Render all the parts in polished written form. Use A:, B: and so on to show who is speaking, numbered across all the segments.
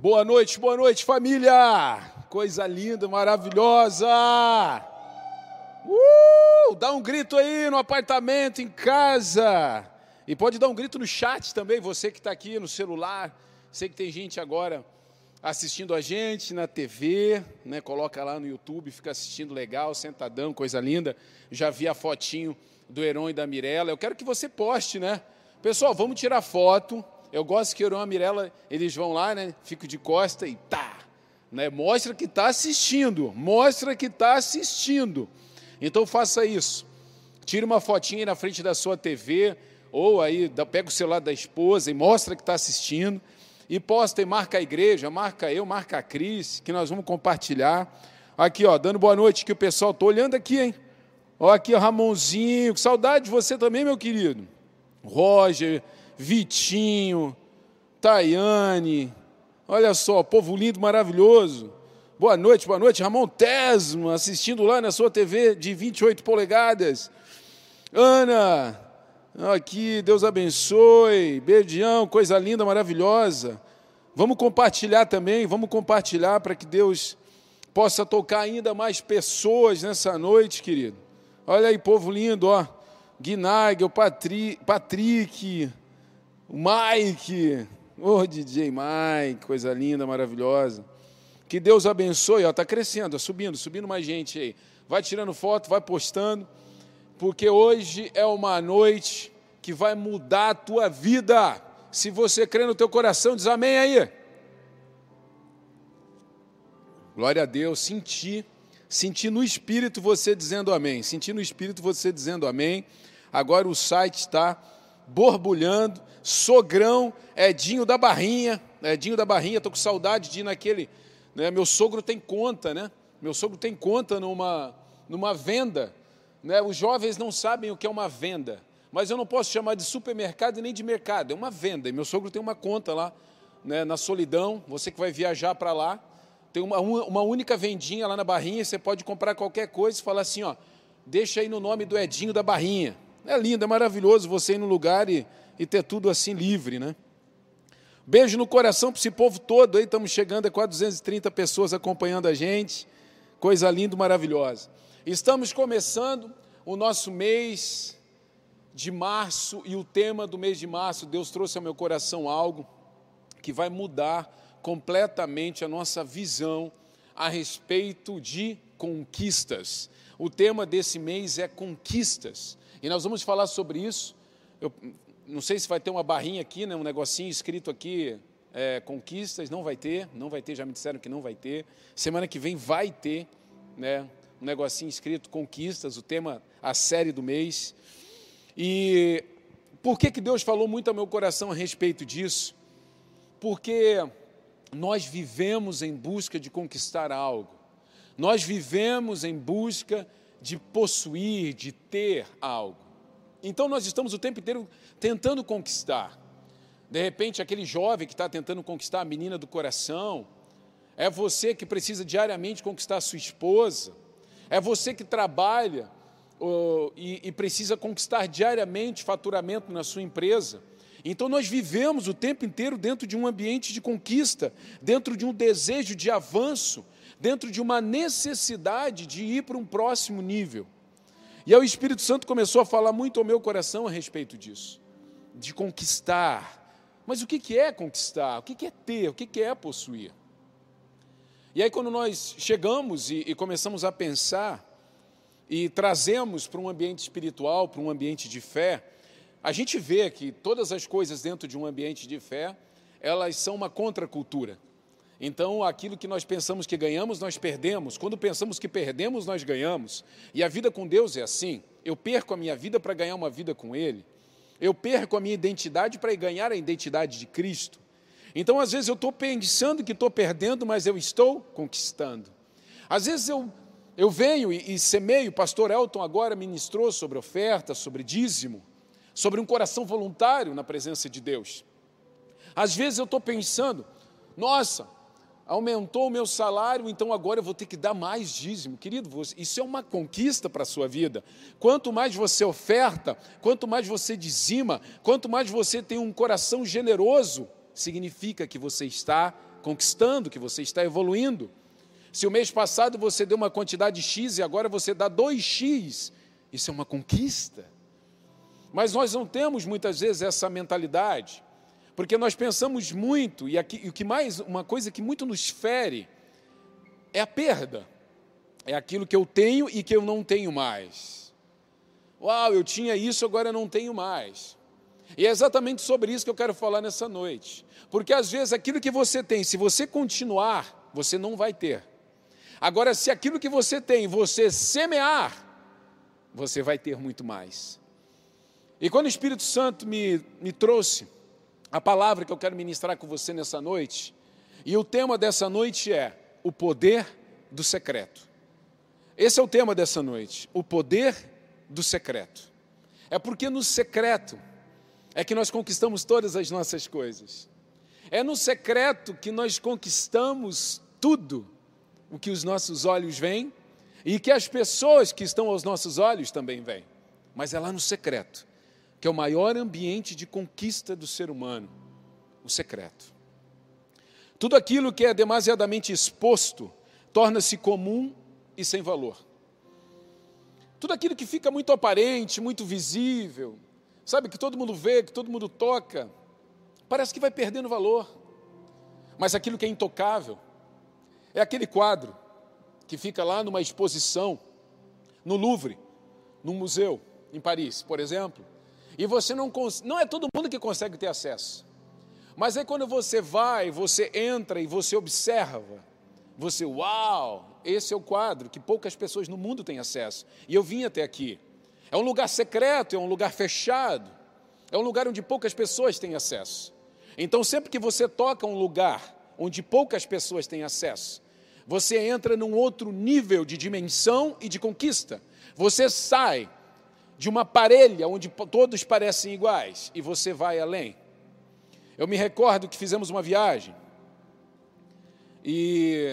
A: Boa noite, família! Coisa linda, maravilhosa! Dá um grito aí no apartamento, em casa! E pode dar um grito no chat também, você que está aqui no celular. Sei que tem gente agora assistindo a gente na TV, né? Coloca lá no YouTube, fica assistindo legal, sentadão, coisa linda. Já vi a fotinho do Heron e da Mirella. Eu quero que você poste, né? Pessoal, vamos tirar foto. Eu gosto que o Heron e a Mirella, eles vão lá, né? Ficam de costa e tá, né? Mostra que está assistindo, mostra que está assistindo. Então faça isso. Tire uma fotinha aí na frente da sua TV, ou aí pega o celular da esposa e mostra que está assistindo. E posta e marca a igreja, marca eu, marca a Cris, que nós vamos compartilhar. Aqui, ó, dando boa noite, que o pessoal, estou olhando aqui, hein? Ó, aqui, ó, Ramonzinho, que saudade de você também, meu querido. Roger, Vitinho, Tayane, olha só, povo lindo, maravilhoso. Boa noite, Ramon Tesmo, assistindo lá na sua TV de 28 polegadas. Ana, aqui, Deus abençoe, beijão, coisa linda, maravilhosa. Vamos compartilhar também, vamos compartilhar para que Deus possa tocar ainda mais pessoas nessa noite, querido. Olha aí, povo lindo, ó. Guinag, o Patrick, o Mike, DJ Mike, coisa linda, maravilhosa. Que Deus abençoe, está crescendo, subindo mais gente aí. Vai tirando foto, vai postando, porque hoje é uma noite que vai mudar a tua vida. Se você crê no teu coração, diz amém aí. Glória a Deus, senti no Espírito você dizendo amém. Senti no Espírito você dizendo amém. Agora o site está borbulhando. Sogrão, Edinho da Barrinha, estou com saudade de ir naquele... Né? Meu sogro tem conta, né? Meu sogro tem conta numa venda. Né? Os jovens não sabem o que é uma venda, mas eu não posso chamar de supermercado e nem de mercado, é uma venda. E meu sogro tem uma conta lá, né, na Solidão, você que vai viajar para lá, tem uma única vendinha lá na Barrinha, você pode comprar qualquer coisa e falar assim, ó, deixa aí no nome do Edinho da Barrinha. É lindo, é maravilhoso você ir num lugar e ter tudo assim livre, né? Beijo no coração para esse povo todo aí, estamos chegando a quase 230 pessoas acompanhando a gente, coisa linda, maravilhosa. Estamos começando o nosso mês de março e o tema do mês de março, Deus trouxe ao meu coração algo que vai mudar completamente a nossa visão a respeito de conquistas. O tema desse mês é conquistas e nós vamos falar sobre isso. Eu não sei se vai ter uma barrinha aqui, né, um negocinho escrito aqui, conquistas, não vai ter, já me disseram que não vai ter. Semana que vem vai ter, né, um negocinho escrito conquistas, o tema, a série do mês. E por que Deus falou muito ao meu coração a respeito disso? Porque nós vivemos em busca de conquistar algo. Nós vivemos em busca de possuir, de ter algo. Então, nós estamos o tempo inteiro tentando conquistar. De repente, aquele jovem que está tentando conquistar a menina do coração, é você que precisa diariamente conquistar a sua esposa, é você que trabalha e precisa conquistar diariamente faturamento na sua empresa. Então, nós vivemos o tempo inteiro dentro de um ambiente de conquista, dentro de um desejo de avanço, dentro de uma necessidade de ir para um próximo nível. E aí o Espírito Santo começou a falar muito ao meu coração a respeito disso, de conquistar. Mas o que é conquistar? O que é ter? O que é possuir? E aí quando nós chegamos e começamos a pensar e trazemos para um ambiente espiritual, para um ambiente de fé, a gente vê que todas as coisas dentro de um ambiente de fé, elas são uma contracultura. Então, aquilo que nós pensamos que ganhamos, nós perdemos. Quando pensamos que perdemos, nós ganhamos. E a vida com Deus é assim. Eu perco a minha vida para ganhar uma vida com Ele. Eu perco a minha identidade para ganhar a identidade de Cristo. Então, às vezes, eu estou pensando que estou perdendo, mas eu estou conquistando. Às vezes, eu venho e semeio. O pastor Elton agora ministrou sobre oferta, sobre dízimo, sobre um coração voluntário na presença de Deus. Às vezes, eu estou pensando, nossa, aumentou o meu salário, então agora eu vou ter que dar mais dízimo. Querido, isso é uma conquista para a sua vida. Quanto mais você oferta, quanto mais você dizima, quanto mais você tem um coração generoso, significa que você está conquistando, que você está evoluindo. Se o mês passado você deu uma quantidade X e agora você dá 2X, isso é uma conquista. Mas nós não temos muitas vezes essa mentalidade, porque nós pensamos muito, e o que mais, uma coisa que muito nos fere é a perda. É aquilo que eu tenho e que eu não tenho mais. Uau, eu tinha isso, agora eu não tenho mais. E é exatamente sobre isso que eu quero falar nessa noite. Porque às vezes aquilo que você tem, se você continuar, você não vai ter. Agora, se aquilo que você tem, você semear, você vai ter muito mais. E quando o Espírito Santo me trouxe a palavra que eu quero ministrar com você nessa noite, e o tema dessa noite é o poder do secreto. Esse é o tema dessa noite, o poder do secreto. É porque no secreto é que nós conquistamos todas as nossas coisas. É no secreto que nós conquistamos tudo o que os nossos olhos veem e que as pessoas que estão aos nossos olhos também veem. Mas é lá no secreto, que é o maior ambiente de conquista do ser humano, o secreto. Tudo aquilo que é demasiadamente exposto torna-se comum e sem valor. Tudo aquilo que fica muito aparente, muito visível, sabe, que todo mundo vê, que todo mundo toca, parece que vai perdendo valor. Mas aquilo que é intocável, é aquele quadro que fica lá numa exposição, no Louvre, num museu, em Paris, por exemplo, e você não é todo mundo que consegue ter acesso. Mas aí quando você vai, você entra e você observa, você, uau, esse é o quadro que poucas pessoas no mundo têm acesso. E eu vim até aqui. É um lugar secreto, é um lugar fechado, é um lugar onde poucas pessoas têm acesso. Então sempre que você toca um lugar onde poucas pessoas têm acesso, você entra num outro nível de dimensão e de conquista. Você sai de uma parelha onde todos parecem iguais e você vai além. Eu me recordo que fizemos uma viagem e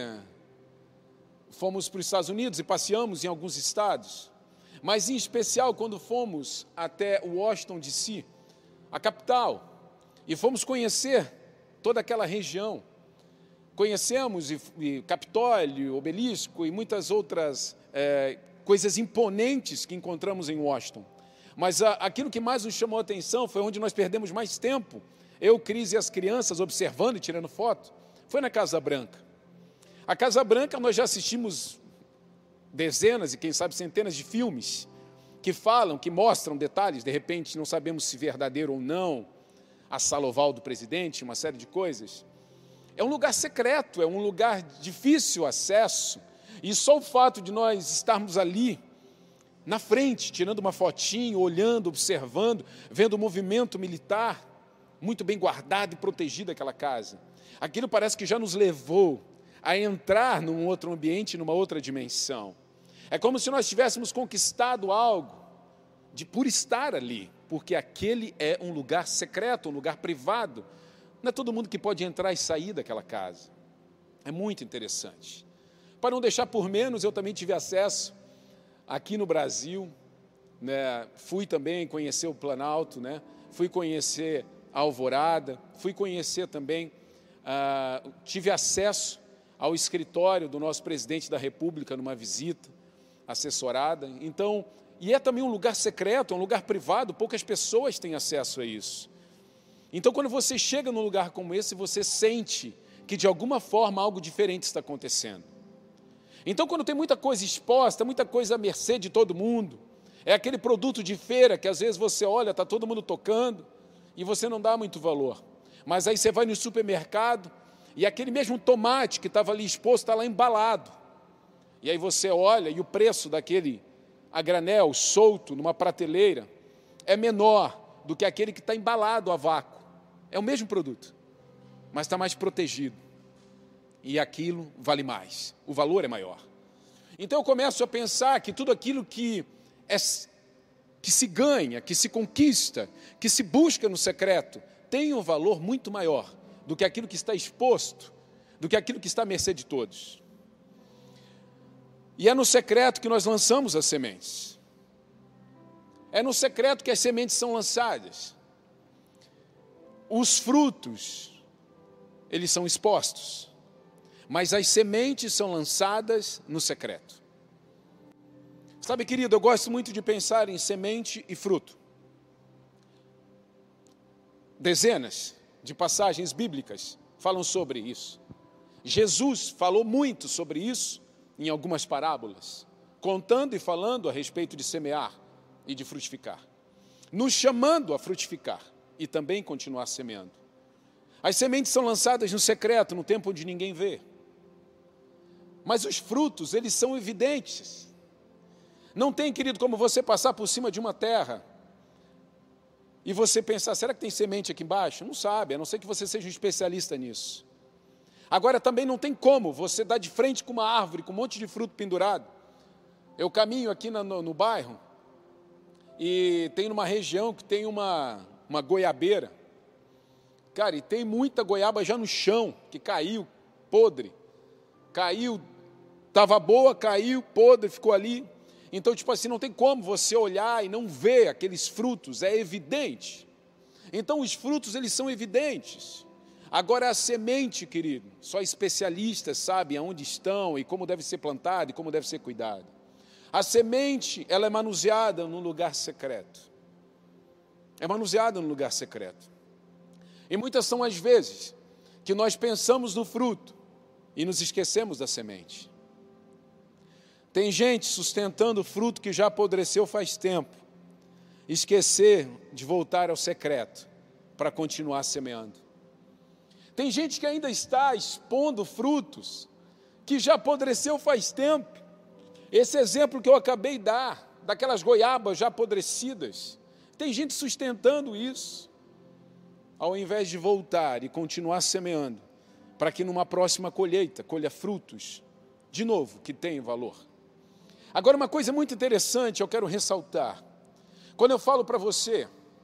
A: fomos para os Estados Unidos e passeamos em alguns estados, mas em especial quando fomos até Washington, D.C., a capital, e fomos conhecer toda aquela região. Conhecemos e Capitólio, Obelisco e muitas outras coisas imponentes que encontramos em Washington. Mas aquilo que mais nos chamou a atenção foi onde nós perdemos mais tempo, eu, Cris e as crianças, observando e tirando foto, foi na Casa Branca. A Casa Branca nós já assistimos dezenas e quem sabe centenas de filmes que falam, que mostram detalhes, de repente não sabemos se verdadeiro ou não, a sala oval do presidente, uma série de coisas. É um lugar secreto, é um lugar de difícil acesso, e só o fato de nós estarmos ali, na frente, tirando uma fotinho, olhando, observando, vendo o movimento militar, muito bem guardado e protegido aquela casa. Aquilo parece que já nos levou a entrar num outro ambiente, numa outra dimensão. É como se nós tivéssemos conquistado algo por estar ali, porque aquele é um lugar secreto, um lugar privado. Não é todo mundo que pode entrar e sair daquela casa. É muito interessante. Para não deixar por menos, eu também tive acesso aqui no Brasil, né? Fui também conhecer o Planalto, né? Fui conhecer a Alvorada, fui conhecer também, tive acesso ao escritório do nosso presidente da República numa visita assessorada. Então, e é também um lugar secreto, um lugar privado, poucas pessoas têm acesso a isso. Então, quando você chega num lugar como esse, você sente que, de alguma forma, algo diferente está acontecendo. Então, quando tem muita coisa exposta, muita coisa à mercê de todo mundo, é aquele produto de feira que, às vezes, você olha, está todo mundo tocando, e você não dá muito valor. Mas aí você vai no supermercado, e aquele mesmo tomate que estava ali exposto está lá embalado. E aí você olha, e o preço daquele a granel, solto, numa prateleira, é menor do que aquele que está embalado a vácuo. É o mesmo produto, mas está mais protegido. E aquilo vale mais, o valor é maior. Então eu começo a pensar que tudo aquilo que se ganha, que se conquista, que se busca no secreto, tem um valor muito maior do que aquilo que está exposto, do que aquilo que está à mercê de todos. E é no secreto que nós lançamos as sementes. É no secreto que as sementes são lançadas. Os frutos eles são expostos, mas as sementes são lançadas no secreto. Sabe, querido, eu gosto muito de pensar em semente e fruto. Dezenas de passagens bíblicas falam sobre isso. Jesus falou muito sobre isso em algumas parábolas, contando e falando a respeito de semear e de frutificar, nos chamando a frutificar e também continuar semeando. As sementes são lançadas no secreto, no tempo onde ninguém vê. Mas os frutos, eles são evidentes. Não tem, querido, como você passar por cima de uma terra e você pensar, será que tem semente aqui embaixo? Não sabe, a não ser que você seja um especialista nisso. Agora, também não tem como você dar de frente com uma árvore, com um monte de fruto pendurado. Eu caminho aqui no bairro e tem numa região que tem uma goiabeira. Cara, e tem muita goiaba já no chão, que caiu, podre. Caiu, estava boa, caiu, podre, ficou ali. Então, tipo assim, não tem como você olhar e não ver aqueles frutos, é evidente. Então, os frutos, eles são evidentes. Agora, a semente, querido, só especialistas sabem aonde estão e como deve ser plantada e como deve ser cuidada. A semente, ela é manuseada num lugar secreto. É manuseada num lugar secreto. E muitas são as vezes que nós pensamos no fruto e nos esquecemos da semente. Tem gente sustentando o fruto que já apodreceu faz tempo, esquecer de voltar ao secreto para continuar semeando. Tem gente que ainda está expondo frutos que já apodreceu faz tempo. Esse exemplo que eu acabei de dar, daquelas goiabas já apodrecidas, tem gente sustentando isso, ao invés de voltar e continuar semeando, para que numa próxima colheita colha frutos, de novo, que tenham valor. Agora, uma coisa muito interessante eu quero ressaltar. Quando eu falo para você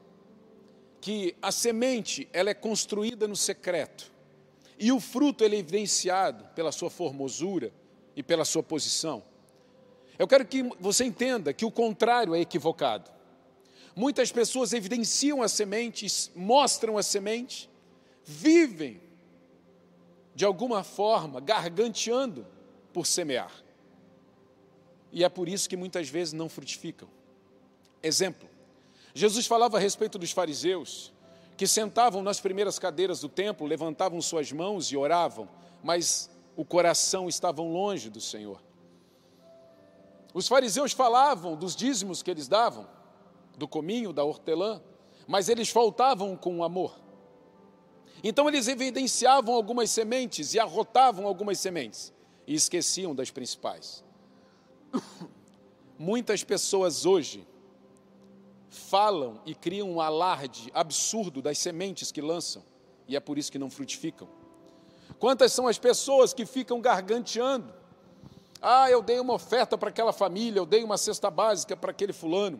A: que a semente ela é construída no secreto e o fruto ele é evidenciado pela sua formosura e pela sua posição, eu quero que você entenda que o contrário é equivocado. Muitas pessoas evidenciam a semente, mostram a semente, vivem de alguma forma garganteando por semear. E é por isso que muitas vezes não frutificam. Exemplo, Jesus falava a respeito dos fariseus, que sentavam nas primeiras cadeiras do templo, levantavam suas mãos e oravam, mas o coração estavam longe do Senhor. Os fariseus falavam dos dízimos que eles davam, do cominho, da hortelã, mas eles faltavam com o amor. Então eles evidenciavam algumas sementes e arrotavam algumas sementes e esqueciam das principais. Muitas pessoas hoje falam e criam um alarde absurdo das sementes que lançam, e é por isso que não frutificam. Quantas são as pessoas que ficam garganteando? Ah, eu dei uma oferta para aquela família, eu dei uma cesta básica para aquele fulano.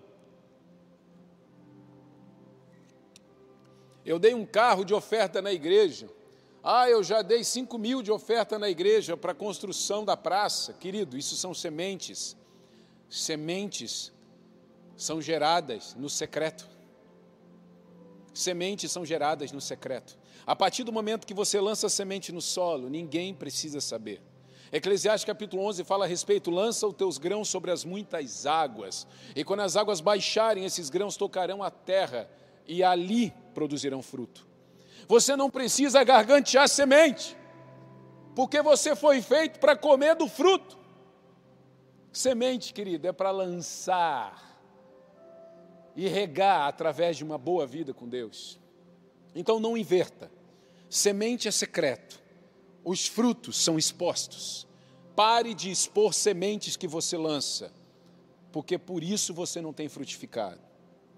A: Eu dei um carro de oferta na igreja. Ah, eu já dei 5 mil de oferta na igreja para a construção da praça. Querido, isso são sementes. Sementes são geradas no secreto. Sementes são geradas no secreto. A partir do momento que você lança a semente no solo, ninguém precisa saber. Eclesiastes capítulo 11 fala a respeito, lança os teus grãos sobre as muitas águas. E quando as águas baixarem, esses grãos tocarão a terra e ali produzirão fruto. Você não precisa gargantear semente, porque você foi feito para comer do fruto. Semente, querido, é para lançar e regar através de uma boa vida com Deus. Então não inverta. Semente é secreto. Os frutos são expostos. Pare de expor sementes que você lança, porque por isso você não tem frutificado.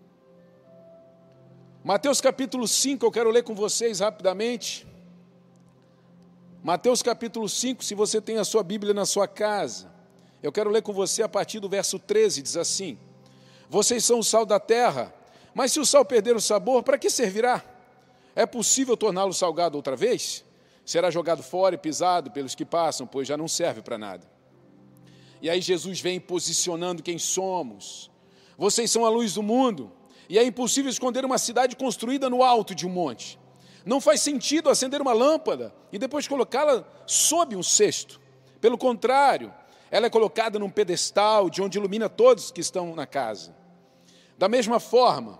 A: Mateus capítulo 5, eu quero ler com vocês rapidamente. Mateus capítulo 5, se você tem a sua Bíblia na sua casa, eu quero ler com você a partir do verso 13, diz assim: vocês são o sal da terra, mas se o sal perder o sabor, para que servirá? É possível torná-lo salgado outra vez? Será jogado fora e pisado pelos que passam, pois já não serve para nada. E aí Jesus vem posicionando quem somos. Vocês são a luz do mundo. E é impossível esconder uma cidade construída no alto de um monte. Não faz sentido acender uma lâmpada e depois colocá-la sob um cesto. Pelo contrário, ela é colocada num pedestal de onde ilumina todos que estão na casa. Da mesma forma,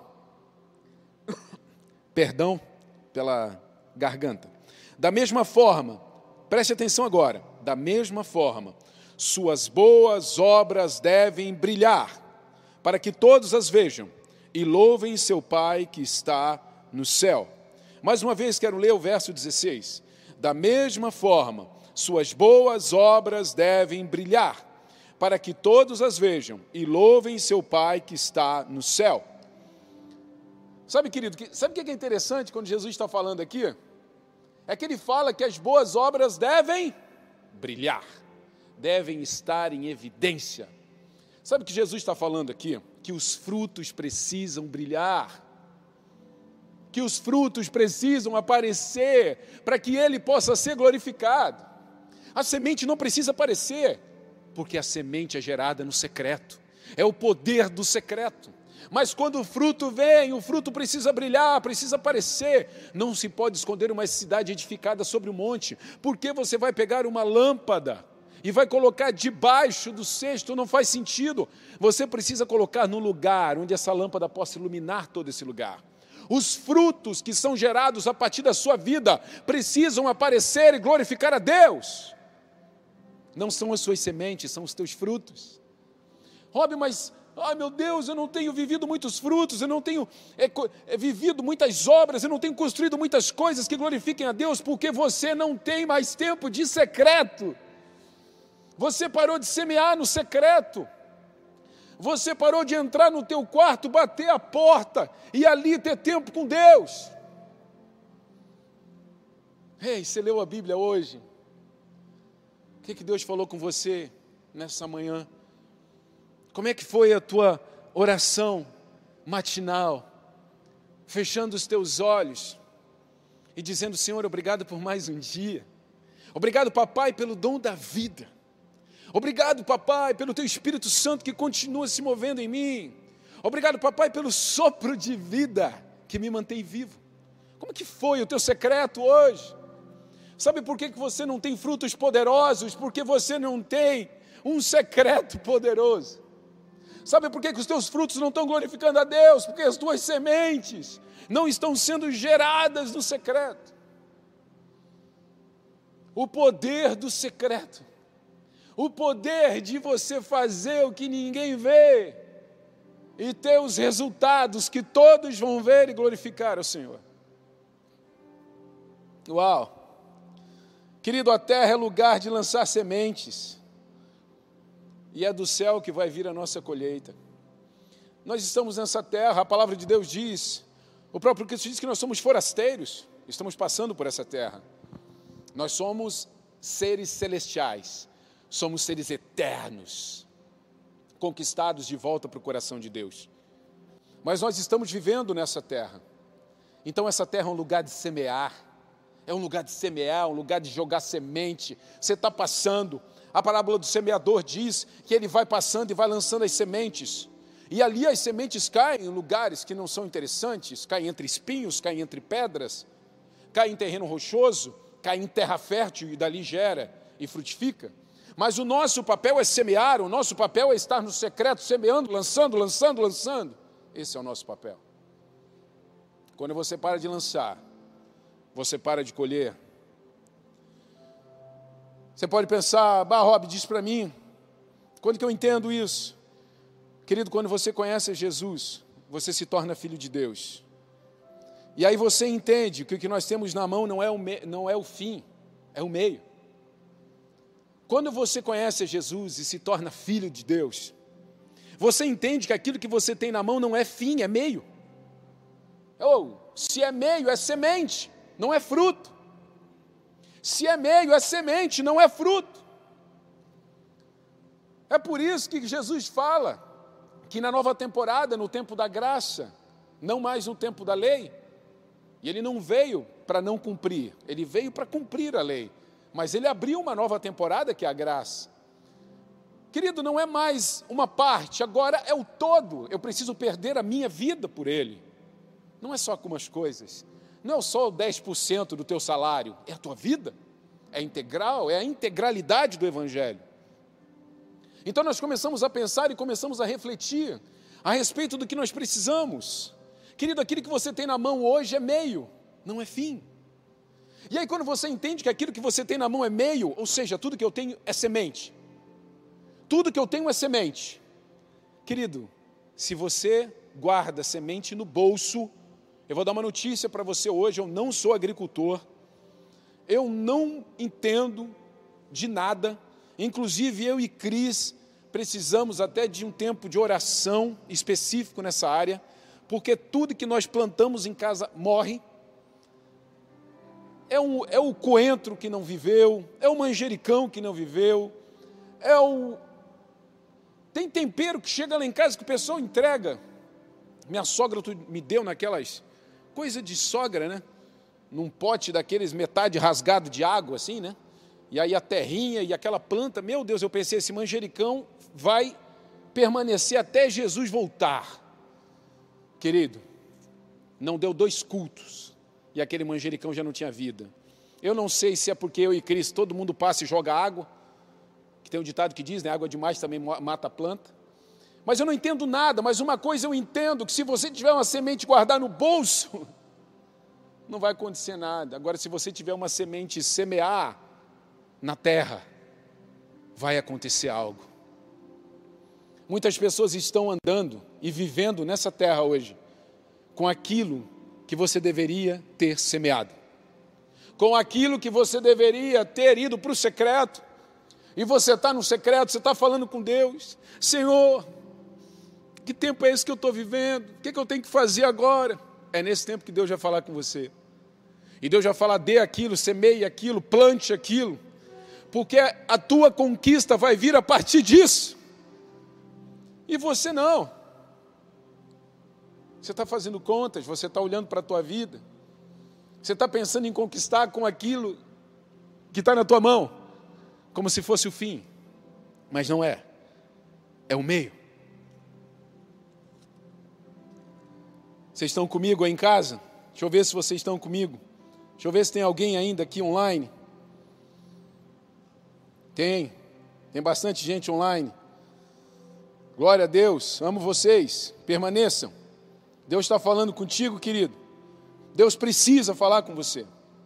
A: perdão pela garganta. Da mesma forma, preste atenção agora, da mesma forma, suas boas obras devem brilhar, para que todos as vejam e louvem seu Pai que está no céu. Mais uma vez quero ler o verso 16. Da mesma forma, suas boas obras devem brilhar, para que todos as vejam e louvem seu Pai que está no céu. Sabe, querido, sabe o que é interessante quando Jesus está falando aqui? É que ele fala que as boas obras devem brilhar, devem estar em evidência. Sabe o que Jesus está falando aqui? Que os frutos precisam brilhar, que os frutos precisam aparecer para que ele possa ser glorificado. A semente não precisa aparecer, porque a semente é gerada no secreto, é o poder do secreto. Mas quando o fruto vem, o fruto precisa brilhar, precisa aparecer. Não se pode esconder uma cidade edificada sobre um monte, porque você vai pegar uma lâmpada e vai colocar debaixo do cesto, não faz sentido. Você precisa colocar num lugar onde essa lâmpada possa iluminar todo esse lugar. Os frutos que são gerados a partir da sua vida precisam aparecer e glorificar a Deus. Não são as suas sementes, são os teus frutos. Rob, mas, ai meu Deus, eu não tenho vivido muitos frutos, eu não tenho vivido muitas obras, eu não tenho construído muitas coisas que glorifiquem a Deus, porque você não tem mais tempo de secreto. Você parou de semear no secreto. Você parou de entrar no teu quarto, bater a porta e ali ter tempo com Deus. Ei, você leu a Bíblia hoje? O que Deus falou com você nessa manhã? Como é que foi a tua oração matinal? Fechando os teus olhos e dizendo: Senhor, obrigado por mais um dia. Obrigado, papai, pelo dom da vida. Obrigado, papai, pelo teu Espírito Santo que continua se movendo em mim. Obrigado, papai, pelo sopro de vida que me mantém vivo. Como que foi o teu secreto hoje? Sabe por que você não tem frutos poderosos? Porque você não tem um secreto poderoso. Sabe por que os teus frutos não estão glorificando a Deus? Porque as tuas sementes não estão sendo geradas no secreto. O poder do secreto. O poder de você fazer o que ninguém vê e ter os resultados que todos vão ver e glorificar ao Senhor. Uau! Querido, a terra é lugar de lançar sementes e é do céu que vai vir a nossa colheita. Nós estamos nessa terra, a palavra de Deus diz, o próprio Cristo diz que nós somos forasteiros, estamos passando por essa terra. Nós somos seres celestiais. Somos seres eternos, conquistados de volta para o coração de Deus. Mas nós estamos vivendo nessa terra. Então essa terra é um lugar de semear. É um lugar de semear, um lugar de jogar semente. Você está passando. A parábola do semeador diz que ele vai passando e vai lançando as sementes. E ali as sementes caem em lugares que não são interessantes. Caem entre espinhos, caem entre pedras. Caem em terreno rochoso, caem em terra fértil e dali gera e frutifica. Mas o nosso papel é semear, o nosso papel é estar no secreto, semeando, lançando. Esse é o nosso papel. Quando você para de lançar, você para de colher. Você pode pensar: Rob, diz para mim, quando que eu entendo isso? Querido, quando você conhece Jesus, você se torna filho de Deus. E aí você entende que o que nós temos na mão não é o fim, é o meio. Quando você conhece Jesus e se torna filho de Deus, você entende que aquilo que você tem na mão não é fim, é meio. Se é meio, é semente, não é fruto. Se é meio, é semente, não é fruto. É por isso que Jesus fala que na nova temporada, no tempo da graça, não mais no tempo da lei, e ele não veio para não cumprir, ele veio para cumprir a lei. Mas ele abriu uma nova temporada que é a graça. Querido, não é mais uma parte, agora é o todo. Eu preciso perder a minha vida por ele. Não é só algumas coisas. não é só 10% do teu salário, é a tua vida, é integral, é a integralidade do Evangelho. Então nós começamos a pensar e começamos a refletir a respeito do que nós precisamos. Querido, aquilo que você tem na mão hoje é meio, não é fim. E aí quando você entende que aquilo que você tem na mão é meio, ou seja, tudo que eu tenho é semente. Tudo que eu tenho é semente. Querido, se você guarda semente no bolso, eu vou dar uma notícia para você hoje, eu não sou agricultor, eu não entendo de nada, inclusive eu e Cris precisamos até de um tempo de oração específico nessa área, porque tudo que nós plantamos em casa morre. É o coentro que não viveu, é o manjericão que não viveu, tem tempero que chega lá em casa que o pessoal entrega. Minha sogra me deu naquelas coisas de sogra, né? Num pote daqueles metade rasgado de água, assim, né? E aí a terrinha e aquela planta, meu Deus, eu pensei, esse manjericão vai permanecer até Jesus voltar. Querido, não deu 2 cultos e aquele manjericão já não tinha vida. Eu não sei se é porque eu e Cristo, todo mundo passa e joga água, que tem um ditado que diz, né, água demais também mata a planta. Mas eu não entendo nada, mas uma coisa eu entendo, que se você tiver uma semente guardar no bolso, não vai acontecer nada. Agora, se você tiver uma semente e semear na terra, vai acontecer algo. Muitas pessoas estão andando e vivendo nessa terra hoje, com aquilo que você deveria ter semeado, com aquilo que você deveria ter ido para o secreto, e você está no secreto, você está falando com Deus, Senhor, que tempo é esse que eu estou vivendo? O que eu tenho que fazer agora? É nesse tempo que Deus vai falar com você, e Deus vai falar, dê aquilo, semeie aquilo, plante aquilo, porque a tua conquista vai vir a partir disso, e você não. Você está fazendo contas, você está olhando para a tua vida, você está pensando em conquistar com aquilo que está na tua mão, como se fosse o fim, mas não é, é o meio. Vocês estão comigo aí em casa? Deixa eu ver se vocês estão comigo, deixa eu ver se tem alguém ainda aqui online. Tem bastante gente online, glória a Deus, amo vocês, permaneçam. Deus está falando contigo, querido. Deus precisa falar com você.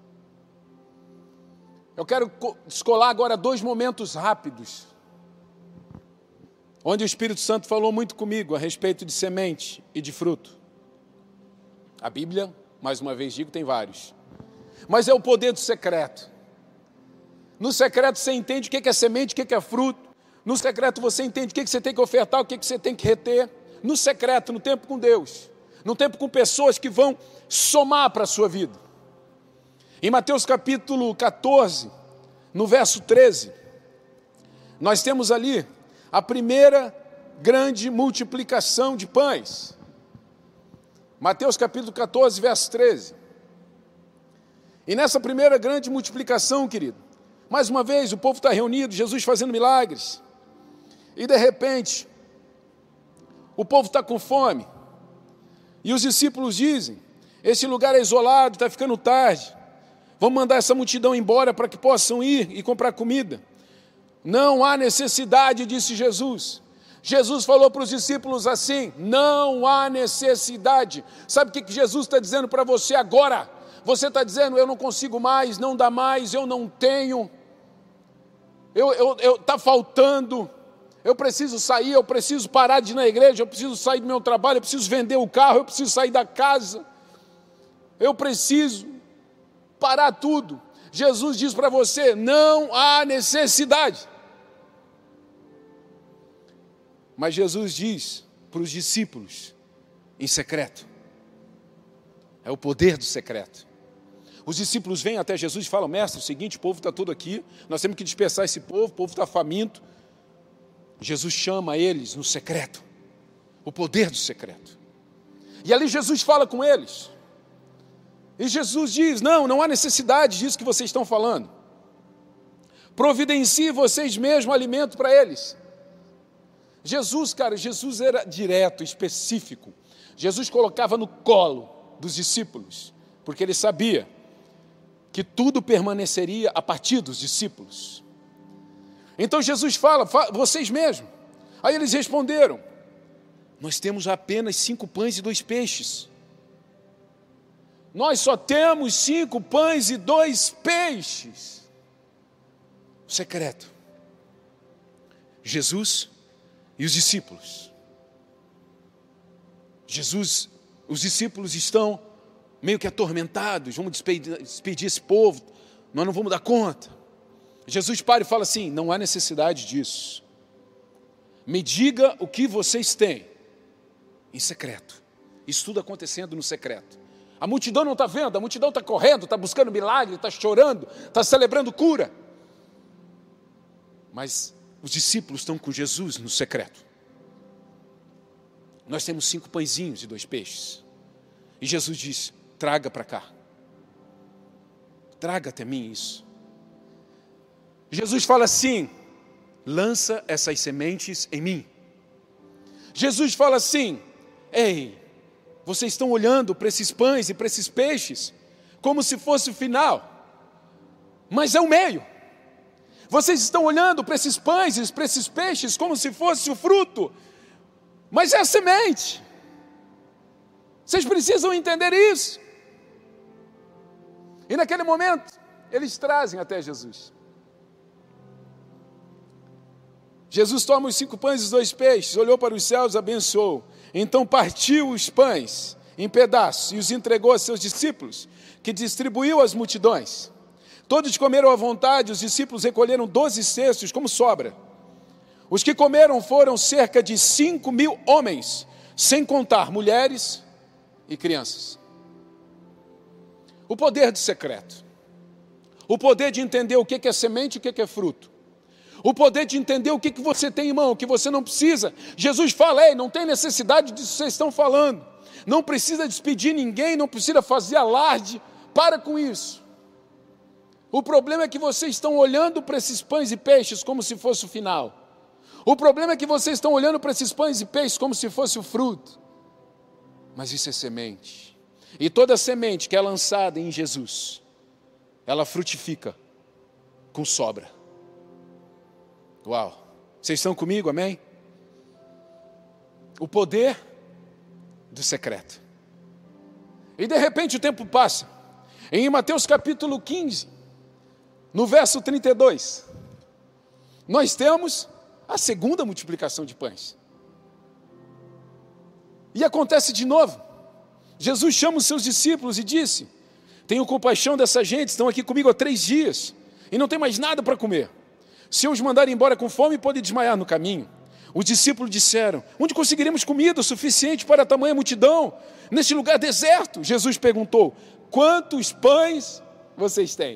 A: Eu quero descolar agora 2 momentos rápidos, onde o Espírito Santo falou muito comigo a respeito de semente e de fruto. A Bíblia, mais uma vez digo, tem vários. Mas é o poder do secreto. No secreto você entende o que é semente, o que é fruto. No secreto você entende o que você tem que ofertar, o que você tem que reter. No secreto, no tempo com Deus. No tempo com pessoas que vão somar para a sua vida. Em Mateus capítulo 14, no verso 13, nós temos ali a primeira grande multiplicação de pães. Mateus capítulo 14, verso 13. E nessa primeira grande multiplicação, querido, mais uma vez o povo está reunido, Jesus fazendo milagres, e de repente, o povo está com fome, e os discípulos dizem, esse lugar é isolado, está ficando tarde, vamos mandar essa multidão embora para que possam ir e comprar comida. Não há necessidade, disse Jesus. Jesus falou para os discípulos assim, não há necessidade. Sabe o que Jesus está dizendo para você agora? Você está dizendo, eu não consigo mais, não dá mais, eu não tenho, está faltando, eu preciso sair, eu preciso parar de ir na igreja, eu preciso sair do meu trabalho, eu preciso vender o carro, eu preciso sair da casa, eu preciso parar tudo. Jesus diz para você, não há necessidade. Mas Jesus diz para os discípulos, em secreto, é o poder do secreto. Os discípulos vêm até Jesus e falam, mestre, é o seguinte, o povo está todo aqui, nós temos que dispersar esse povo, o povo está faminto. Jesus chama eles no secreto, o poder do secreto. E ali Jesus fala com eles. E Jesus diz, não há necessidade disso que vocês estão falando. Providencie vocês mesmos alimento para eles. Jesus era direto, específico. Jesus colocava no colo dos discípulos. porque ele sabia que tudo permaneceria a partir dos discípulos. Então Jesus fala, vocês mesmos. Aí eles responderam, nós temos apenas 5 pães e 2 peixes. Nós só temos 5 pães e 2 peixes. O secreto. Jesus e os discípulos. Os discípulos estão meio que atormentados. Vamos despedir esse povo. Nós não vamos dar conta. Jesus para e fala assim, não há necessidade disso. Me diga o que vocês têm em secreto. Isso tudo acontecendo no secreto. A multidão não está vendo, a multidão está correndo, está buscando milagre, está chorando, está celebrando cura. Mas os discípulos estão com Jesus no secreto. Nós temos 5 pãezinhos e 2 peixes. E Jesus diz, traga para cá. Traga até mim isso. Jesus fala assim, lança essas sementes em mim. Jesus fala assim, ei, vocês estão olhando para esses pães e para esses peixes como se fosse o final, mas é o meio. Vocês estão olhando para esses pães e para esses peixes como se fosse o fruto, mas é a semente. Vocês precisam entender isso. E naquele momento, eles trazem até Jesus. Jesus toma os 5 pães e os 2 peixes, olhou para os céus, abençoou. Então partiu os pães em pedaços e os entregou a seus discípulos, que distribuiu às multidões. Todos comeram à vontade, os discípulos recolheram 12 cestos como sobra. Os que comeram foram cerca de 5.000 homens, sem contar mulheres e crianças. O poder do secreto. O poder de entender o que é semente e o que é fruto. O poder de entender o que você tem em mão, o que você não precisa. Jesus fala, ei, não tem necessidade disso que vocês estão falando. Não precisa despedir ninguém, não precisa fazer alarde. Para com isso. O problema é que vocês estão olhando para esses pães e peixes como se fosse o final. O problema é que vocês estão olhando para esses pães e peixes como se fosse o fruto. Mas isso é semente. E toda semente que é lançada em Jesus, ela frutifica com sobra. Uau! Vocês estão comigo, amém? O poder do secreto. E de repente o tempo passa. Em Mateus capítulo 15, no verso 32, nós temos a segunda multiplicação de pães. E acontece de novo. Jesus chama os seus discípulos e disse, tenho compaixão dessa gente, estão aqui comigo há 3 dias e não tem mais nada para comer. Se eu os mandar embora com fome, podem desmaiar no caminho. Os discípulos disseram, onde conseguiremos comida o suficiente para a tamanha multidão? Neste lugar deserto? Jesus perguntou, quantos pães vocês têm?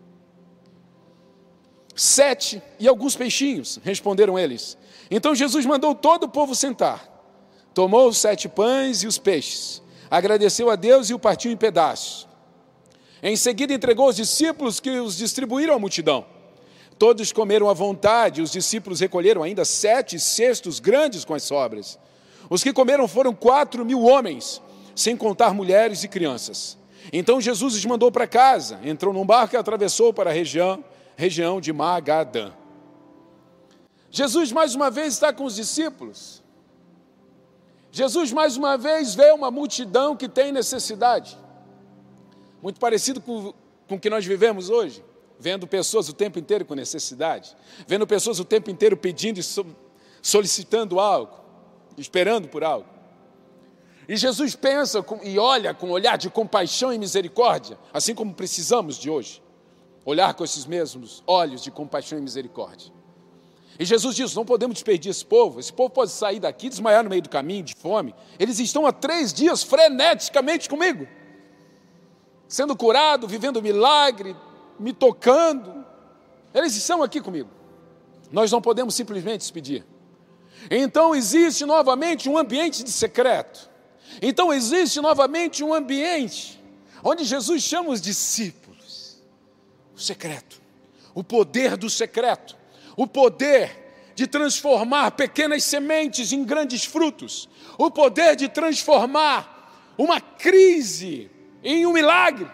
A: 7 e alguns peixinhos, responderam eles. Então Jesus mandou todo o povo sentar. Tomou os 7 pães e os peixes, agradeceu a Deus e o partiu em pedaços. Em seguida entregou aos discípulos, que os distribuíram à multidão. Todos comeram à vontade, os discípulos recolheram ainda 7 cestos grandes com as sobras. Os que comeram foram 4.000 homens, sem contar mulheres e crianças. Então Jesus os mandou para casa, entrou num barco e atravessou para a região de Magadã. Jesus mais uma vez está com os discípulos. Jesus mais uma vez vê uma multidão que tem necessidade. Muito parecido com o que nós vivemos hoje. Vendo pessoas o tempo inteiro com necessidade. Vendo pessoas o tempo inteiro pedindo e solicitando algo. Esperando por algo. E Jesus pensa e olha com um olhar de compaixão e misericórdia. Assim como precisamos de hoje. Olhar com esses mesmos olhos de compaixão e misericórdia. E Jesus diz, não podemos despedir esse povo. Esse povo pode sair daqui, desmaiar no meio do caminho, de fome. Eles estão há 3 dias freneticamente comigo. Sendo curado, vivendo milagre, me tocando. Eles estão aqui comigo. Nós não podemos simplesmente despedir. Então existe novamente um ambiente de secreto. Então existe novamente um ambiente onde Jesus chama os discípulos. O secreto. O poder do secreto. O poder de transformar pequenas sementes em grandes frutos. O poder de transformar uma crise em um milagre.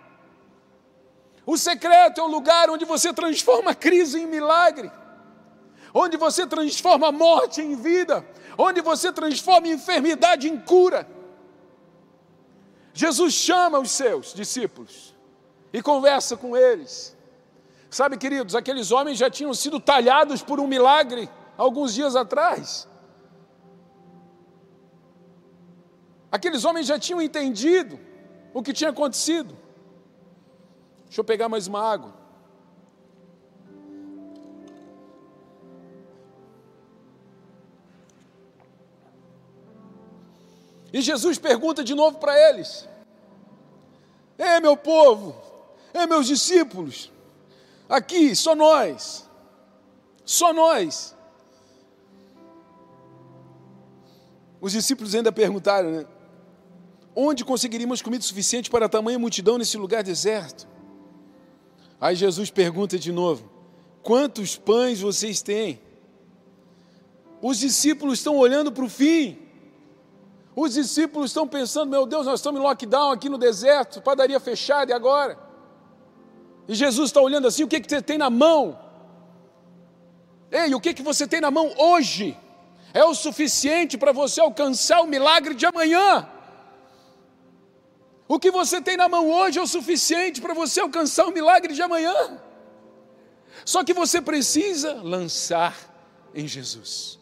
A: O secreto é o lugar onde você transforma a crise em milagre, onde você transforma a morte em vida, onde você transforma a enfermidade em cura. Jesus chama os seus discípulos e conversa com eles. Sabe, queridos, aqueles homens já tinham sido talhados por um milagre alguns dias atrás. Aqueles homens já tinham entendido o que tinha acontecido. Deixa eu pegar mais uma água. E Jesus pergunta de novo para eles: ei, meu povo, ei, meus discípulos, aqui, só nós, só nós. Os discípulos ainda perguntaram, né? Onde conseguiríamos comida suficiente para tamanha multidão nesse lugar deserto? Aí Jesus pergunta de novo: quantos pães vocês têm? Os discípulos estão olhando para o fim. Os discípulos estão pensando: meu Deus, nós estamos em lockdown aqui no deserto, padaria fechada, e agora? E Jesus está olhando assim: o que você tem na mão? Ei, o que você tem na mão hoje é o suficiente para você alcançar o milagre de amanhã. O que você tem na mão hoje é o suficiente para você alcançar o milagre de amanhã. Só que você precisa lançar em Jesus.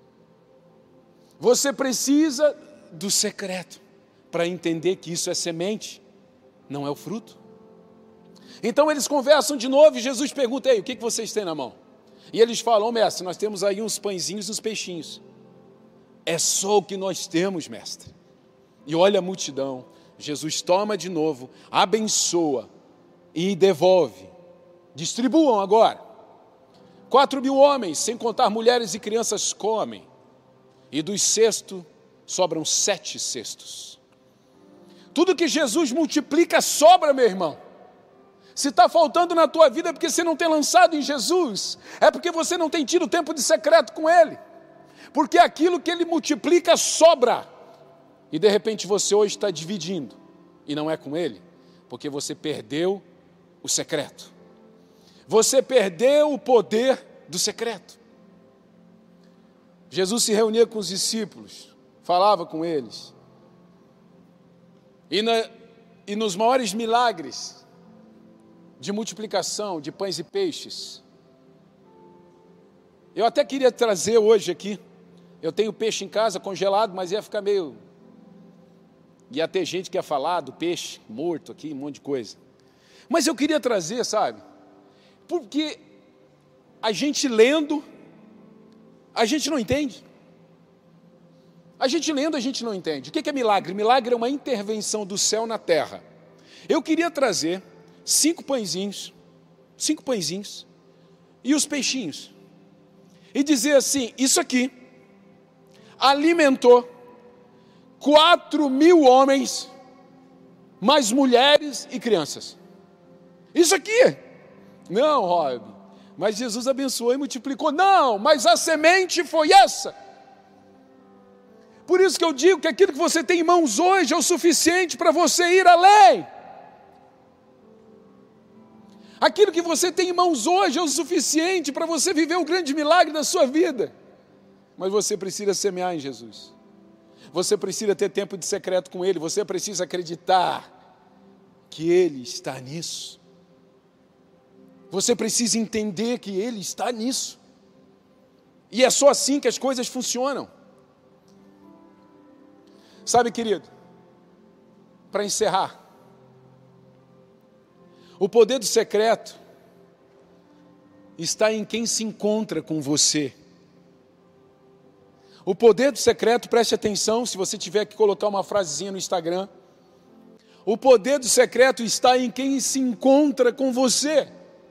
A: Você precisa do secreto para entender que isso é semente, não é o fruto. Então eles conversam de novo e Jesus pergunta: ei, o que vocês têm na mão? E eles falam: mestre, nós temos aí uns pãezinhos e uns peixinhos. É só o que nós temos, mestre. E olha a multidão. Jesus toma de novo, abençoa e devolve. Distribuam agora. 4.000 homens, sem contar mulheres e crianças, comem. E dos cestos, sobram 7 cestos. Tudo que Jesus multiplica, sobra, meu irmão. Se está faltando na tua vida é porque você não tem lançado em Jesus. É porque você não tem tido tempo de secreto com Ele. Porque aquilo que Ele multiplica, sobra. E de repente você hoje está dividindo, e não é com Ele, porque você perdeu o secreto. Você perdeu o poder do secreto. Jesus se reunia com os discípulos, falava com eles. E nos maiores milagres de multiplicação de pães e peixes, eu até queria trazer hoje aqui, eu tenho peixe em casa congelado, mas ia ficar meio... Ia ter gente que ia falar do peixe morto aqui, um monte de coisa. Mas eu queria trazer, sabe? Porque a gente lendo, a gente não entende. A gente lendo, a gente não entende. O que é milagre? Milagre é uma intervenção do céu na terra. Eu queria trazer 5 pãezinhos e os peixinhos. E dizer assim: isso aqui alimentou 4.000 homens, mais mulheres e crianças. Isso aqui. Não, Rob, mas Jesus abençoou e multiplicou. Não, mas a semente foi essa. Por isso que eu digo que aquilo que você tem em mãos hoje é o suficiente para você ir além. Aquilo que você tem em mãos hoje é o suficiente para você viver o grande milagre da sua vida. Mas você precisa semear em Jesus. Você precisa ter tempo de secreto com Ele. Você precisa acreditar que Ele está nisso. Você precisa entender que Ele está nisso. E é só assim que as coisas funcionam. Sabe, querido, para encerrar, o poder do secreto está em quem se encontra com você. O poder do secreto, preste atenção, se você tiver que colocar uma frasezinha no Instagram. O poder do secreto está em quem se encontra com você.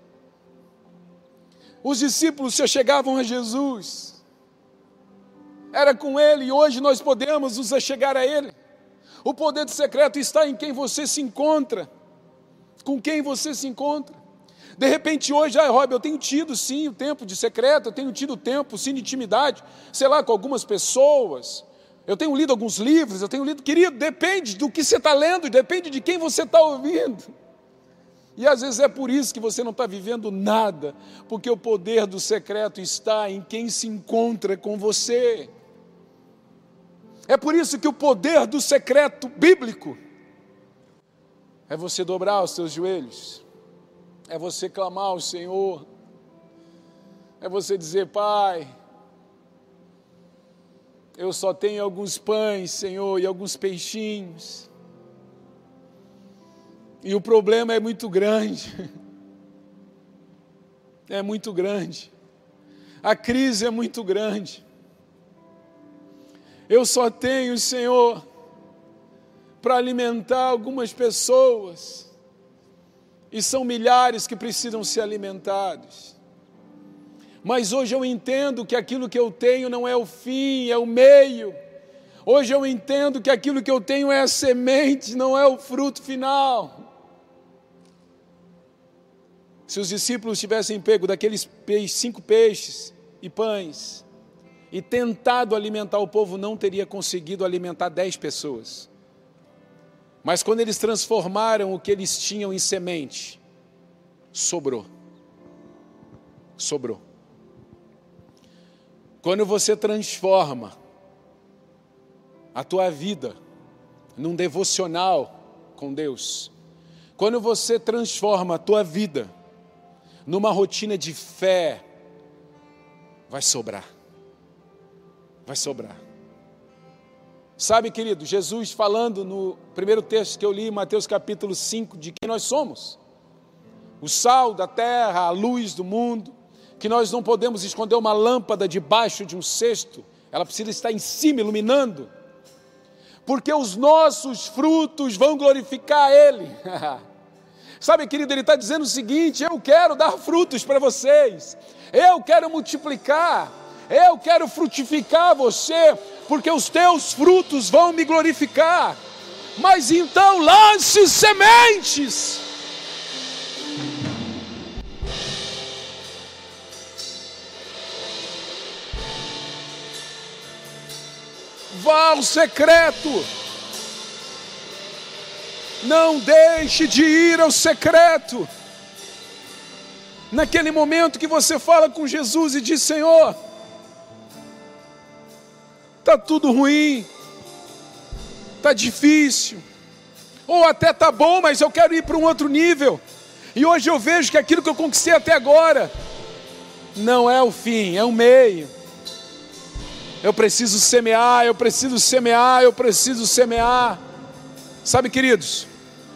A: Os discípulos se achegavam a Jesus. Era com Ele, e hoje nós podemos nos achegar a Ele. O poder do secreto está em quem você se encontra. Com quem você se encontra. De repente hoje, Rob, eu tenho tido sim o tempo de secreto, eu tenho tido tempo sim de intimidade, sei lá, com algumas pessoas, Eu tenho lido alguns livros, querido, depende do que você está lendo, depende de quem você está ouvindo. E às vezes é por isso que você não está vivendo nada, porque o poder do secreto está em quem se encontra com você. É por isso que o poder do secreto bíblico é você dobrar os seus joelhos, é você clamar ao Senhor, é você dizer: Pai, eu só tenho alguns pães, Senhor, e alguns peixinhos. E o problema é muito grande. É muito grande. A crise é muito grande. Eu só tenho, Senhor, para alimentar algumas pessoas. E são milhares que precisam ser alimentados. Mas hoje eu entendo que aquilo que eu tenho não é o fim, é o meio. Hoje eu entendo que aquilo que eu tenho é a semente, não é o fruto final. Se os discípulos tivessem pego daqueles 5 peixes e pães e tentado alimentar o povo, não teria conseguido alimentar 10 pessoas. Mas quando eles transformaram o que eles tinham em semente, sobrou. Sobrou. Quando você transforma a tua vida num devocional com Deus, quando você transforma a tua vida numa rotina de fé, vai sobrar. Vai sobrar. Sabe, querido, Jesus falando no primeiro texto que eu li, Mateus capítulo 5, de quem nós somos. O sal da terra, a luz do mundo, que nós não podemos esconder uma lâmpada debaixo de um cesto, ela precisa estar em cima, iluminando, porque os nossos frutos vão glorificar Ele. Sabe, querido, Ele está dizendo o seguinte: eu quero dar frutos para vocês, eu quero multiplicar, eu quero frutificar você, porque os teus frutos vão me glorificar. Mas então lance sementes. Vá ao secreto. Não deixe de ir ao secreto. Naquele momento que você fala com Jesus e diz: Senhor, está tudo ruim, está difícil, ou até está bom, mas eu quero ir para um outro nível. E hoje eu vejo que aquilo que eu conquistei até agora não é o fim, é o meio. Eu preciso semear, eu preciso semear, eu preciso semear. Sabe, queridos,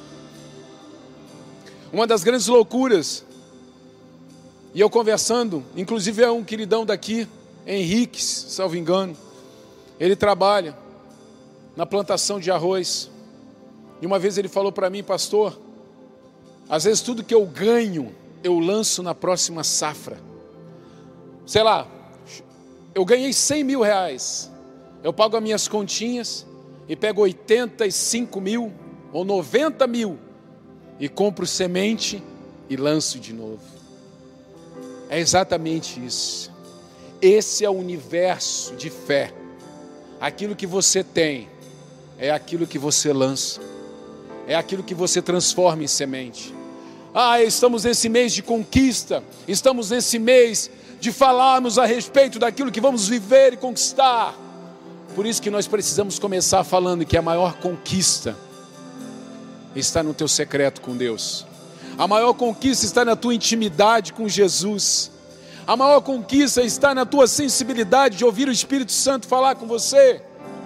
A: uma das grandes loucuras, e eu conversando, inclusive é um queridão daqui, Henrique, salvo engano, ele trabalha na plantação de arroz, e uma vez ele falou para mim: pastor, às vezes tudo que eu ganho, eu lanço na próxima safra. Sei lá, eu ganhei 100 mil reais, eu pago as minhas continhas e pego 85 mil ou 90 mil e compro semente e lanço de novo. É exatamente isso. Esse é o universo de fé. Aquilo que você tem é aquilo que você lança, é aquilo que você transforma em semente. Estamos nesse mês de conquista, estamos nesse mês de falarmos a respeito daquilo que vamos viver e conquistar. Por isso que nós precisamos começar falando que a maior conquista está no teu secreto com Deus. A maior conquista está na tua intimidade com Jesus. A maior conquista está na tua sensibilidade de ouvir o Espírito Santo falar com você,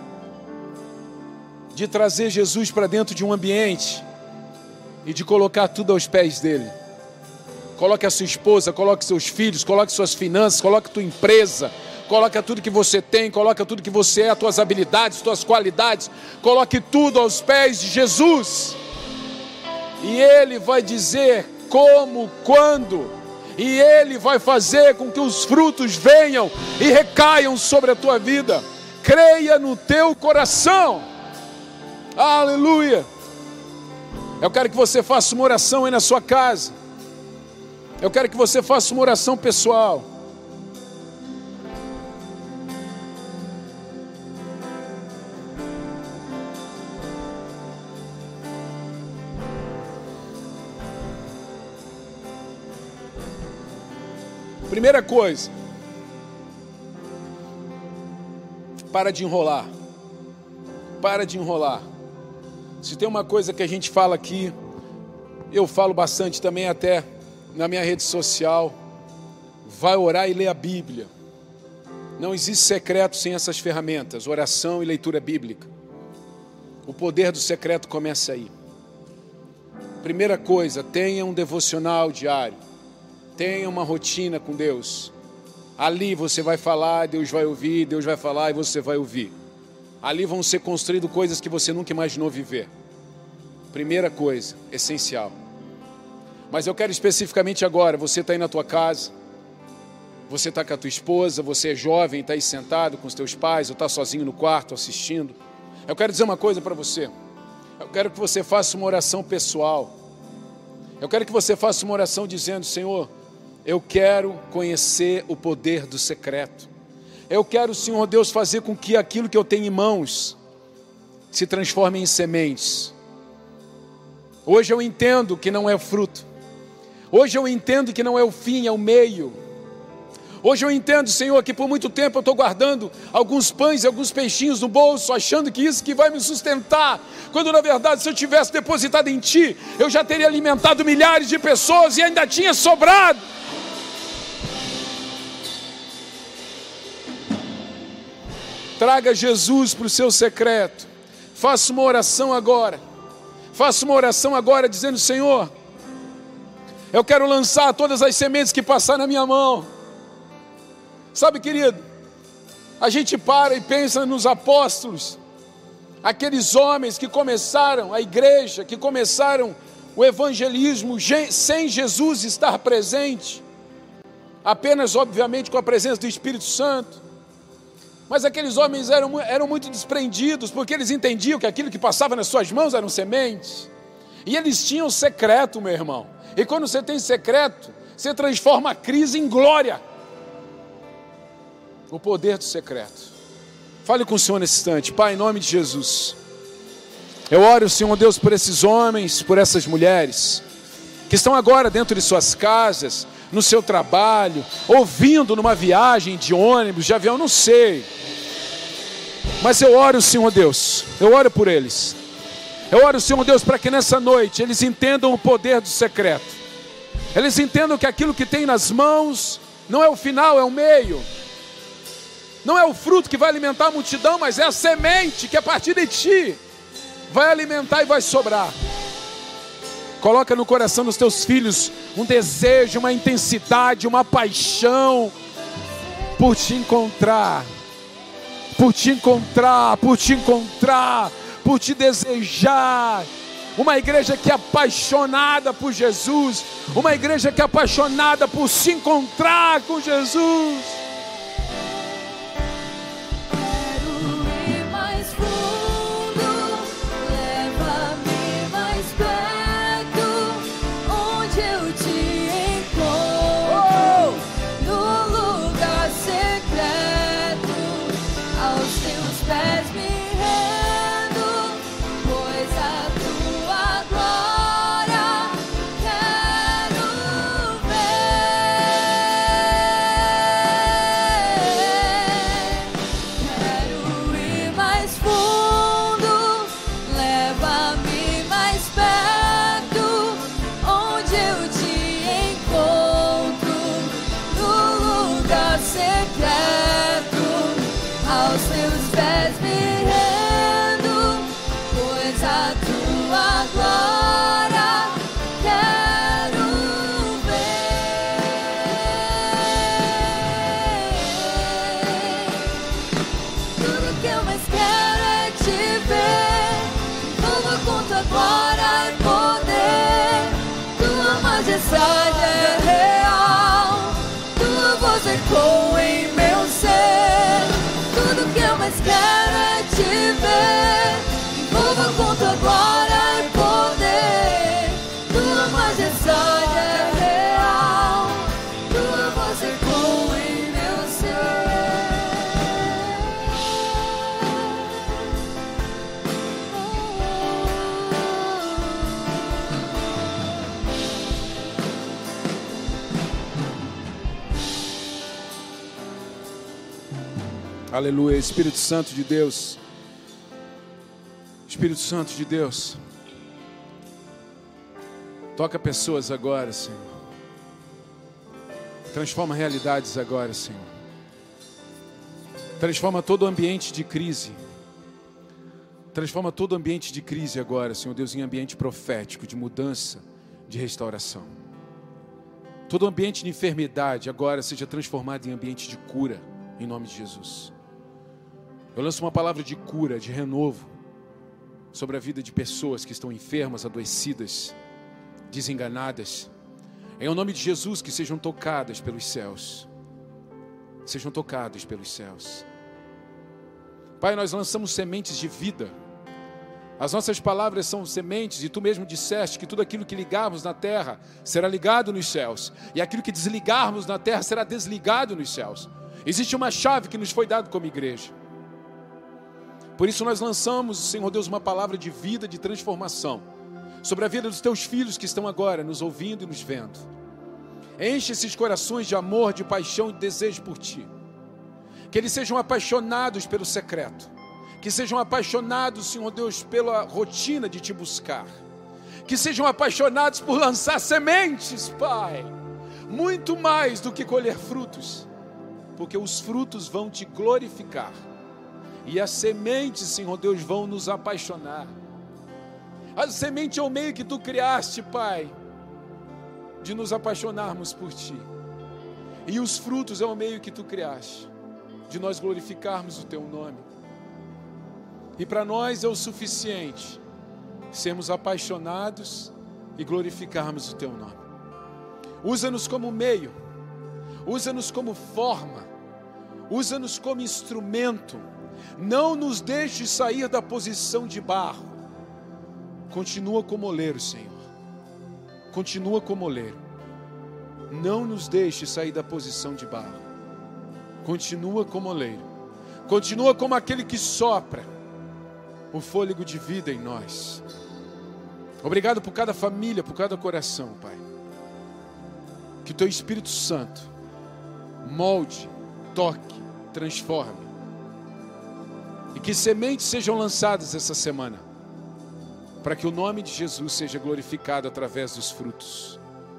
A: de trazer Jesus para dentro de um ambiente e de colocar tudo aos pés dele. Coloque a sua esposa, coloque seus filhos, coloque suas finanças, coloque tua empresa, coloque tudo que você tem, coloque tudo que você é, as tuas habilidades, as tuas qualidades, coloque tudo aos pés de Jesus. E Ele vai dizer como, quando, e Ele vai fazer com que os frutos venham e recaiam sobre a tua vida. Creia no teu coração. Aleluia. Eu quero que você faça uma oração aí na sua casa. Eu quero que você faça uma oração pessoal. Primeira coisa, para de enrolar. Para de enrolar. Se tem uma coisa que a gente fala aqui, eu falo bastante também até na minha rede social, vai orar e ler a Bíblia. Não existe secreto sem essas ferramentas, oração e leitura bíblica. O poder do secreto começa aí. Primeira coisa, tenha um devocional diário. Tenha uma rotina com Deus. Ali você vai falar, Deus vai ouvir, Deus vai falar e você vai ouvir. Ali vão ser construídas coisas que você nunca imaginou viver. Primeira coisa, essencial. Mas eu quero especificamente agora, você está aí na tua casa, você está com a tua esposa, você é jovem, está aí sentado com os teus pais, ou está sozinho no quarto assistindo. Eu quero dizer uma coisa para você. Eu quero que você faça uma oração pessoal. Eu quero que você faça uma oração dizendo: Senhor, eu quero conhecer o poder do secreto. Eu quero, Senhor Deus, fazer com que aquilo que eu tenho em mãos se transforme em sementes. Hoje eu entendo que não é o fruto. Hoje eu entendo que não é o fim, é o meio. Hoje eu entendo, Senhor, que por muito tempo eu estou guardando alguns pães e alguns peixinhos no bolso, achando que isso que vai me sustentar, quando na verdade se eu tivesse depositado em Ti, eu já teria alimentado milhares de pessoas e ainda tinha sobrado. Traga Jesus para o seu secreto. Faça uma oração agora. Faça uma oração agora dizendo: Senhor, eu quero lançar todas as sementes que passar na minha mão. Sabe, querido, a gente para e pensa nos apóstolos, aqueles homens que começaram a igreja, que começaram o evangelismo sem Jesus estar presente, apenas obviamente com a presença do Espírito Santo. Mas aqueles homens eram muito desprendidos, porque eles entendiam que aquilo que passava nas suas mãos eram sementes. E eles tinham secreto, meu irmão. E quando você tem secreto, você transforma a crise em glória. O poder do secreto. Fale com o Senhor nesse instante. Pai, em nome de Jesus, eu oro, Senhor Deus, por esses homens, por essas mulheres, que estão agora dentro de suas casas, no seu trabalho, ouvindo numa viagem de ônibus, de avião, não sei. Mas eu oro, Senhor Deus, eu oro por eles. Eu oro, Senhor Deus, para que nessa noite eles entendam o poder do secreto. Eles entendam que aquilo que tem nas mãos não é o final, é o meio. Não é o fruto que vai alimentar a multidão, mas é a semente que a partir de Ti vai alimentar e vai sobrar. Coloca no coração dos teus filhos um desejo, uma intensidade, uma paixão por Te encontrar, por Te encontrar, por Te encontrar, por Te desejar. Uma igreja que é apaixonada por Jesus, uma igreja que é apaixonada por se encontrar com Jesus. Aleluia. Espírito Santo de Deus. Espírito Santo de Deus. Toca pessoas agora, Senhor. Transforma realidades agora, Senhor. Transforma todo o ambiente de crise. Transforma todo o ambiente de crise agora, Senhor Deus, em ambiente profético, de mudança, de restauração. Todo ambiente de enfermidade agora seja transformado em ambiente de cura, em nome de Jesus. Eu lanço uma palavra de cura, de renovo, sobre a vida de pessoas que estão enfermas, adoecidas, desenganadas. Em nome de Jesus, que sejam tocadas pelos céus. Sejam tocadas pelos céus. Pai, nós lançamos sementes de vida. As nossas palavras são sementes, e Tu mesmo disseste que tudo aquilo que ligarmos na terra será ligado nos céus, e aquilo que desligarmos na terra será desligado nos céus. Existe uma chave que nos foi dada como igreja. Por isso nós lançamos, Senhor Deus, uma palavra de vida, de transformação, sobre a vida dos Teus filhos que estão agora nos ouvindo e nos vendo. Enche esses corações de amor, de paixão e de desejo por Ti. Que eles sejam apaixonados pelo secreto. Que sejam apaixonados, Senhor Deus, pela rotina de Te buscar. Que sejam apaixonados por lançar sementes, Pai. Muito mais do que colher frutos. Porque os frutos vão Te glorificar. E as sementes, Senhor Deus, vão nos apaixonar. A semente é o meio que Tu criaste, Pai, de nos apaixonarmos por Ti. E os frutos é o meio que Tu criaste, de nós glorificarmos o Teu nome. E para nós é o suficiente sermos apaixonados e glorificarmos o Teu nome. Usa-nos como meio, usa-nos como forma, usa-nos como instrumento. Não nos deixe sair da posição de barro. Continua como oleiro, Senhor. Continua como oleiro. Não nos deixe sair da posição de barro. Continua como oleiro. Continua como aquele que sopra o fôlego de vida em nós. Obrigado por cada família, por cada coração, Pai. Que o Teu Espírito Santo molde, toque, transforme. E que sementes sejam lançadas essa semana, para que o nome de Jesus seja glorificado através dos frutos.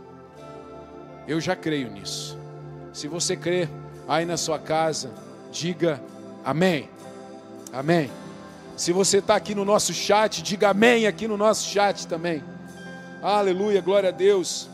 A: Eu já creio nisso. Se você crê aí na sua casa, diga amém. Amém. Se você está aqui no nosso chat, diga amém aqui no nosso chat também. Aleluia, glória a Deus.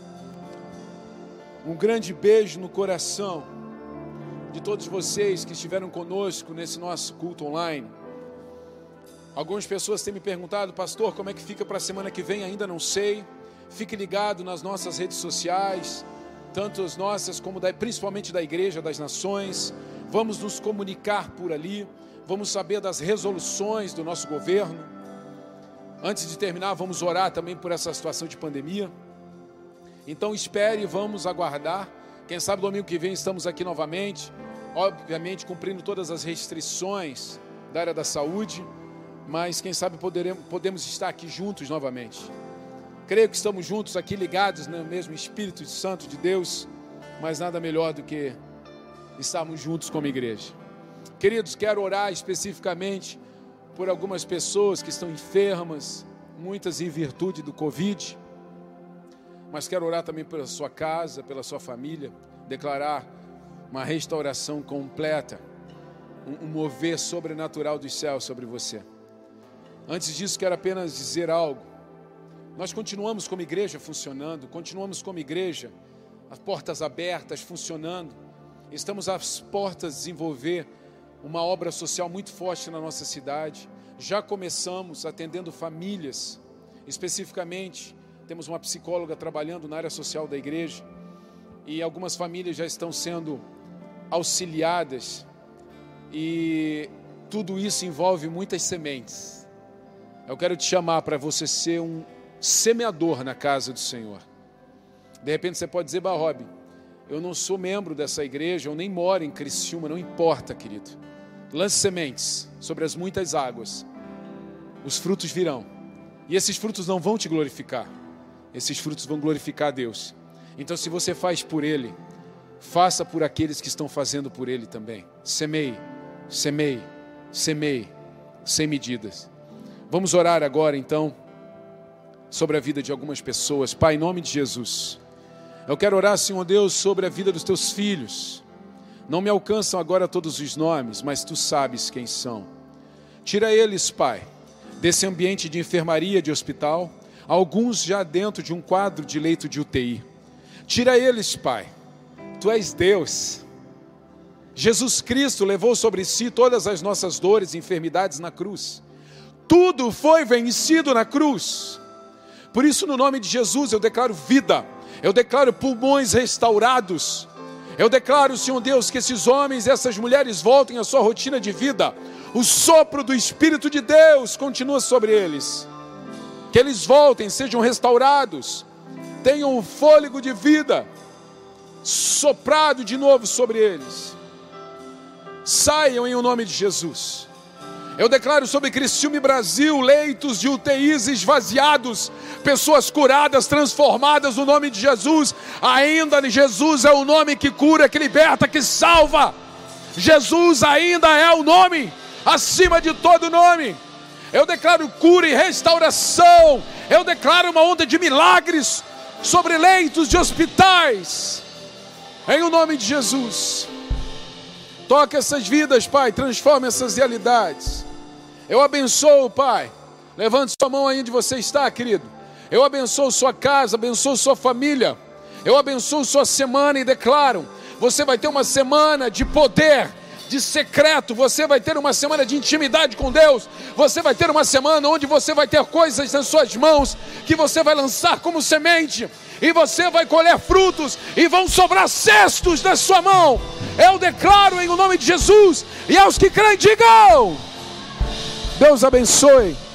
A: Um grande beijo no coração de todos vocês que estiveram conosco nesse nosso culto online. Algumas pessoas têm me perguntado, pastor, como é que fica para a semana que vem? Ainda não sei. Fique ligado nas nossas redes sociais, tanto as nossas como principalmente da Igreja das Nações. Vamos nos comunicar por ali, vamos saber das resoluções do nosso governo. Antes de terminar, vamos orar também por essa situação de pandemia. Então espere e vamos aguardar. Quem sabe domingo que vem estamos aqui novamente, obviamente cumprindo todas as restrições da área da saúde, mas quem sabe podemos estar aqui juntos novamente. Creio que estamos juntos aqui, ligados no mesmo Espírito Santo de Deus, mas nada melhor do que estarmos juntos como igreja. Queridos, quero orar especificamente por algumas pessoas que estão enfermas, muitas em virtude do Covid, mas quero orar também pela sua casa, pela sua família, declarar uma restauração completa, um mover sobrenatural dos céus sobre você. Antes disso, quero apenas dizer algo. Nós continuamos como igreja funcionando, continuamos como igreja, as portas abertas, funcionando. Estamos às portas de desenvolver uma obra social muito forte na nossa cidade. Já começamos atendendo famílias, especificamente, temos uma psicóloga trabalhando na área social da igreja e algumas famílias já estão sendo auxiliadas e tudo isso envolve muitas sementes. Eu quero te chamar para você ser um semeador na casa do Senhor. De repente você pode dizer, Rob, eu não sou membro dessa igreja, eu nem moro em Criciúma, não importa, querido. Lance sementes sobre as muitas águas. Os frutos virão. E esses frutos não vão te glorificar. Esses frutos vão glorificar a Deus. Então, se você faz por Ele, faça por aqueles que estão fazendo por Ele também. Semeie, Semeie, semeie, sem medidas. Vamos orar agora então sobre a vida de algumas pessoas. Pai, em nome de Jesus, eu quero orar, Senhor Deus, sobre a vida dos teus filhos. Não me alcançam agora todos os nomes, mas tu sabes quem são. Tira eles, Pai, desse ambiente de enfermaria, de hospital, alguns já dentro de um quadro de leito de UTI. Tira eles, Pai. Tu és Deus. Jesus Cristo levou sobre si todas as nossas dores e enfermidades na cruz. Tudo foi vencido na cruz. Por isso, no nome de Jesus, eu declaro vida. Eu declaro pulmões restaurados. Eu declaro, Senhor Deus, que esses homens e essas mulheres voltem à sua rotina de vida. O sopro do Espírito de Deus continua sobre eles. Que eles voltem, sejam restaurados. Tenham o fôlego de vida soprado de novo sobre eles. Saiam em o nome de Jesus. Eu declaro sobre Criciúma e Brasil, leitos de UTIs esvaziados, pessoas curadas, transformadas no nome de Jesus. Ainda Jesus é o nome que cura, que liberta, que salva. Jesus ainda é o nome, acima de todo nome. Eu declaro cura e restauração. Eu declaro uma onda de milagres sobre leitos de hospitais, em o nome de Jesus. Toca essas vidas, Pai, transforma essas realidades. Eu abençoo, Pai. Levante sua mão aí onde você está, querido. Eu abençoo sua casa, abençoo sua família. Eu abençoo sua semana e declaro: você vai ter uma semana de poder, de secreto. Você vai ter uma semana de intimidade com Deus. Você vai ter uma semana onde você vai ter coisas nas suas mãos que você vai lançar como semente, e você vai colher frutos, e vão sobrar cestos da sua mão. Eu declaro em o nome de Jesus, e aos que creem digam: Deus abençoe.